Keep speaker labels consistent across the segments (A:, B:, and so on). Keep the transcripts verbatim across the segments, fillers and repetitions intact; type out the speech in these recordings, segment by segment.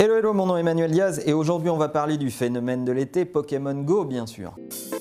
A: Hello hello, mon nom est Emmanuel Diaz et aujourd'hui on va parler du phénomène de l'été, Pokémon Go bien sûr.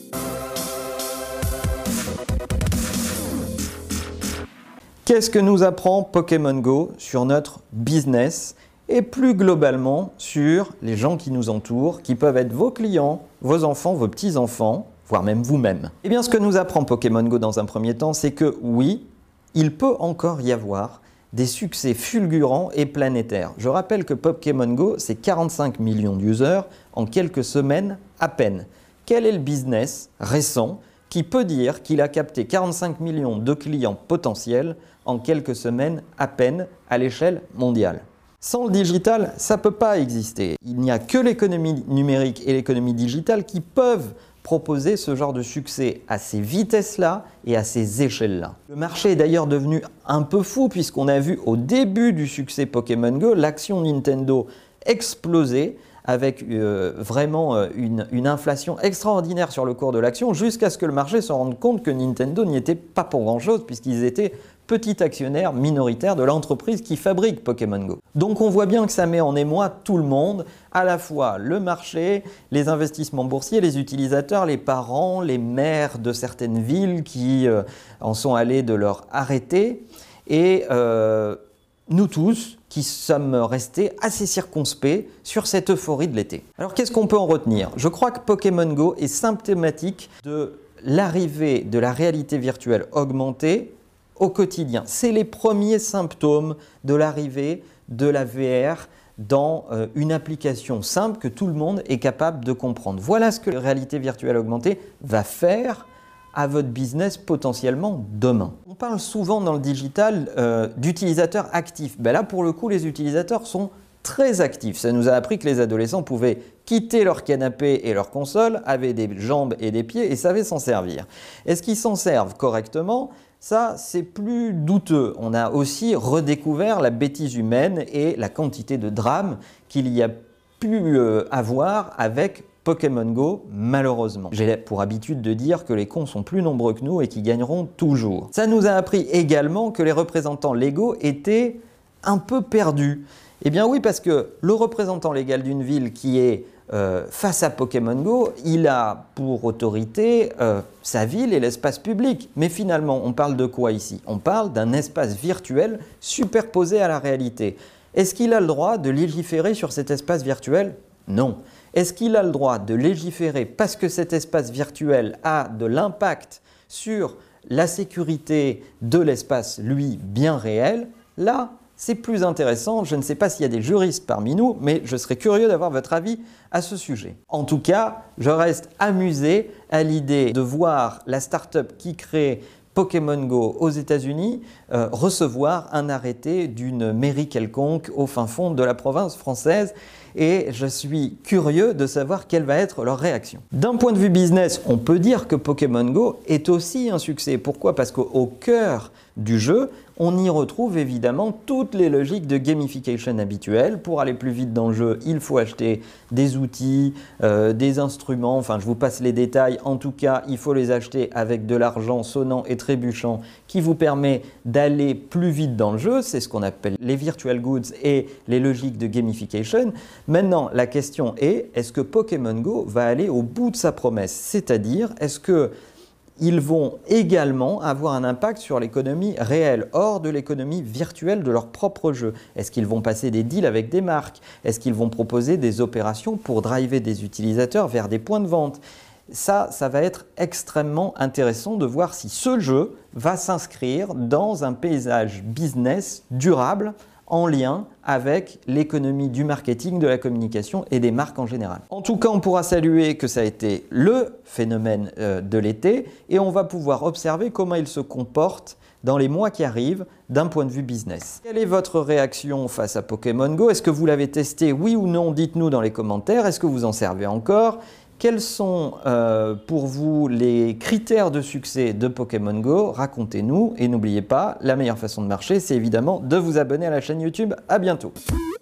A: Qu'est-ce que nous apprend Pokémon Go sur notre business et plus globalement sur les gens qui nous entourent, qui peuvent être vos clients, vos enfants, vos petits-enfants, voire même vous-même? Eh bien ce que nous apprend Pokémon Go dans un premier temps, c'est que oui, il peut encore y avoir des succès fulgurants et planétaires. Je rappelle que Pokémon Go, c'est quarante-cinq millions d'users en quelques semaines à peine. Quel est le business récent qui peut dire qu'il a capté quarante-cinq millions de clients potentiels en quelques semaines à peine à l'échelle mondiale? Sans le digital, ça ne peut pas exister. Il n'y a que l'économie numérique et l'économie digitale qui peuvent proposer ce genre de succès à ces vitesses-là et à ces échelles-là. Le marché est d'ailleurs devenu un peu fou puisqu'on a vu au début du succès Pokémon Go, l'action Nintendo exploser avec euh, vraiment euh, une, une inflation extraordinaire sur le cours de l'action jusqu'à ce que le marché se rende compte que Nintendo n'y était pas pour grand-chose puisqu'ils étaient petit actionnaire minoritaire de l'entreprise qui fabrique Pokémon Go. Donc on voit bien que ça met en émoi tout le monde, à la fois le marché, les investissements boursiers, les utilisateurs, les parents, les maires de certaines villes qui euh, en sont allés de leur arrêter et euh, nous tous qui sommes restés assez circonspects sur cette euphorie de l'été. Alors qu'est-ce qu'on peut en retenir? Je crois que Pokémon Go est symptomatique de l'arrivée de la réalité virtuelle augmentée au quotidien. C'est les premiers symptômes de l'arrivée de la V R dans euh, une application simple que tout le monde est capable de comprendre. Voilà ce que la réalité virtuelle augmentée va faire à votre business potentiellement demain. On parle souvent dans le digital euh, d'utilisateurs actifs. Ben là, pour le coup, les utilisateurs sont très actifs. Ça nous a appris que les adolescents pouvaient quitter leur canapé et leur console, avaient des jambes et des pieds et savaient s'en servir. Est-ce qu'ils s'en servent correctement? Ça, c'est plus douteux. On a aussi redécouvert la bêtise humaine et la quantité de drames qu'il y a pu euh, avoir avec Pokémon Go, malheureusement. J'ai pour habitude de dire que les cons sont plus nombreux que nous et qu'ils gagneront toujours. Ça nous a appris également que les représentants légaux étaient un peu perdus. Eh bien oui, parce que le représentant légal d'une ville qui est euh, face à Pokémon Go, il a pour autorité euh, sa ville et l'espace public. Mais finalement, on parle de quoi ici? On parle d'un espace virtuel superposé à la réalité. Est-ce qu'il a le droit de légiférer sur cet espace virtuel? Non. Est-ce qu'il a le droit de légiférer parce que cet espace virtuel a de l'impact sur la sécurité de l'espace, lui, bien réel? Là, c'est plus intéressant. Je ne sais pas s'il y a des juristes parmi nous, mais je serais curieux d'avoir votre avis à ce sujet. En tout cas, je reste amusé à l'idée de voir la start-up qui crée Pokémon Go aux États-Unis euh, recevoir un arrêté d'une mairie quelconque au fin fond de la province française et je suis curieux de savoir quelle va être leur réaction. D'un point de vue business, on peut dire que Pokémon Go est aussi un succès. Pourquoi? Parce qu'au cœur du jeu, on y retrouve évidemment toutes les logiques de gamification habituelles. Pour aller plus vite dans le jeu, il faut acheter des outils, euh, des instruments, enfin je vous passe les détails. En tout cas, il faut les acheter avec de l'argent sonnant et trébuchant qui vous permet d'aller plus vite dans le jeu. C'est ce qu'on appelle les virtual goods et les logiques de gamification. Maintenant, la question est, est-ce que Pokémon Go va aller au bout de sa promesse? C'est-à-dire, est-ce que ils vont également avoir un impact sur l'économie réelle, hors de l'économie virtuelle de leur propre jeu? Est-ce qu'ils vont passer des deals avec des marques? Est-ce qu'ils vont proposer des opérations pour driver des utilisateurs vers des points de vente? Ça, ça va être extrêmement intéressant de voir si ce jeu va s'inscrire dans un paysage business durable en lien avec l'économie du marketing, de la communication et des marques en général. En tout cas, on pourra saluer que ça a été le phénomène euh, de l'été et on va pouvoir observer comment il se comporte dans les mois qui arrivent d'un point de vue business. Quelle est votre réaction face à Pokémon Go? Est-ce que vous l'avez testé, oui ou non? Dites-nous dans les commentaires. Est-ce que vous en servez encore? Quels sont euh, pour vous les critères de succès de Pokémon Go? Racontez-nous et n'oubliez pas, la meilleure façon de marcher, c'est évidemment de vous abonner à la chaîne YouTube. À bientôt!